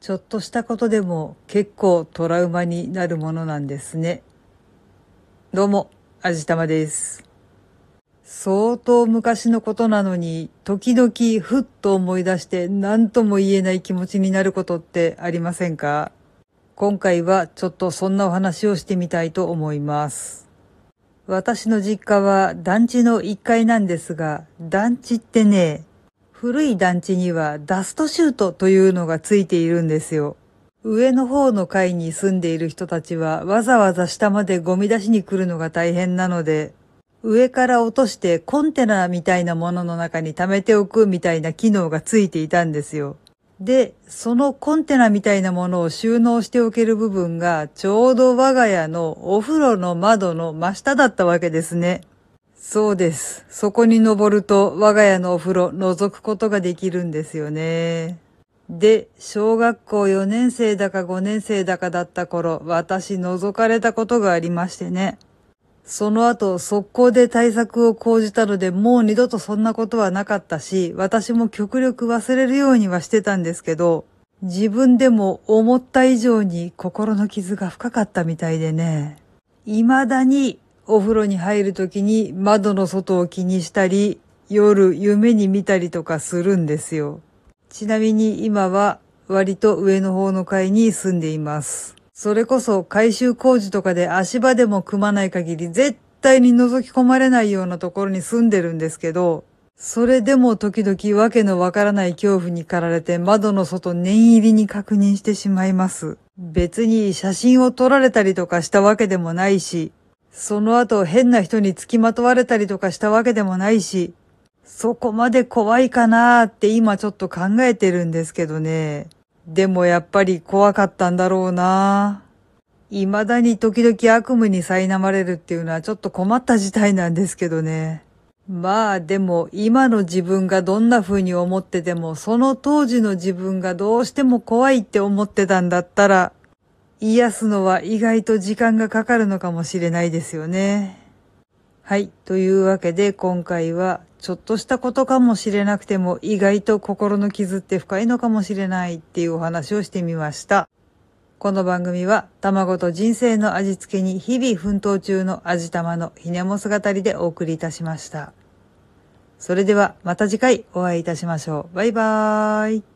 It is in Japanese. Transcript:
ちょっとしたことでも結構トラウマになるものなんですね。どうも、あじたまです。相当昔のことなのに、時々ふっと思い出して何とも言えない気持ちになることってありませんか？今回はちょっとそんなお話をしてみたいと思います。私の実家は団地の1階なんですが、団地ってね、古い団地にはダストシュートというのがついているんですよ。上の方の階に住んでいる人たちはわざわざ下までゴミ出しに来るのが大変なので、上から落としてコンテナみたいなものの中に溜めておくみたいな機能がついていたんですよ。で、そのコンテナみたいなものを収納しておける部分がちょうど我が家のお風呂の窓の真下だったわけですね。そうです。そこに登ると我が家のお風呂覗くことができるんですよね。で、小学校4年生だか5年生だかだった頃、私覗かれたことがありましてね。その後、速攻で対策を講じたので、もう二度とそんなことはなかったし、私も極力忘れるようにはしてたんですけど、自分でも思った以上に心の傷が深かったみたいでね。未だにお風呂に入るときに窓の外を気にしたり、夜夢に見たりとかするんですよ。ちなみに今は割と上の方の階に住んでいます。それこそ改修工事とかで足場でも組まない限り絶対に覗き込まれないようなところに住んでるんですけど、それでも時々わけのわからない恐怖に駆られて窓の外念入りに確認してしまいます。別に写真を撮られたりとかしたわけでもないし、その後変な人に付きまとわれたりとかしたわけでもないし、そこまで怖いかなーって今ちょっと考えてるんですけどね。でもやっぱり怖かったんだろうな。未だに時々悪夢に苛まれるっていうのはちょっと困った事態なんですけどね。まあでも今の自分がどんな風に思ってても、その当時の自分がどうしても怖いって思ってたんだったら、癒すのは意外と時間がかかるのかもしれないですよね。はい。というわけで今回はちょっとしたことかもしれなくても意外と心の傷って深いのかもしれないっていうお話をしてみました。この番組は卵と人生の味付けに日々奮闘中の味玉のひねもす語りでお送りいたしました。それではまた次回お会いいたしましょう。バイバーイ。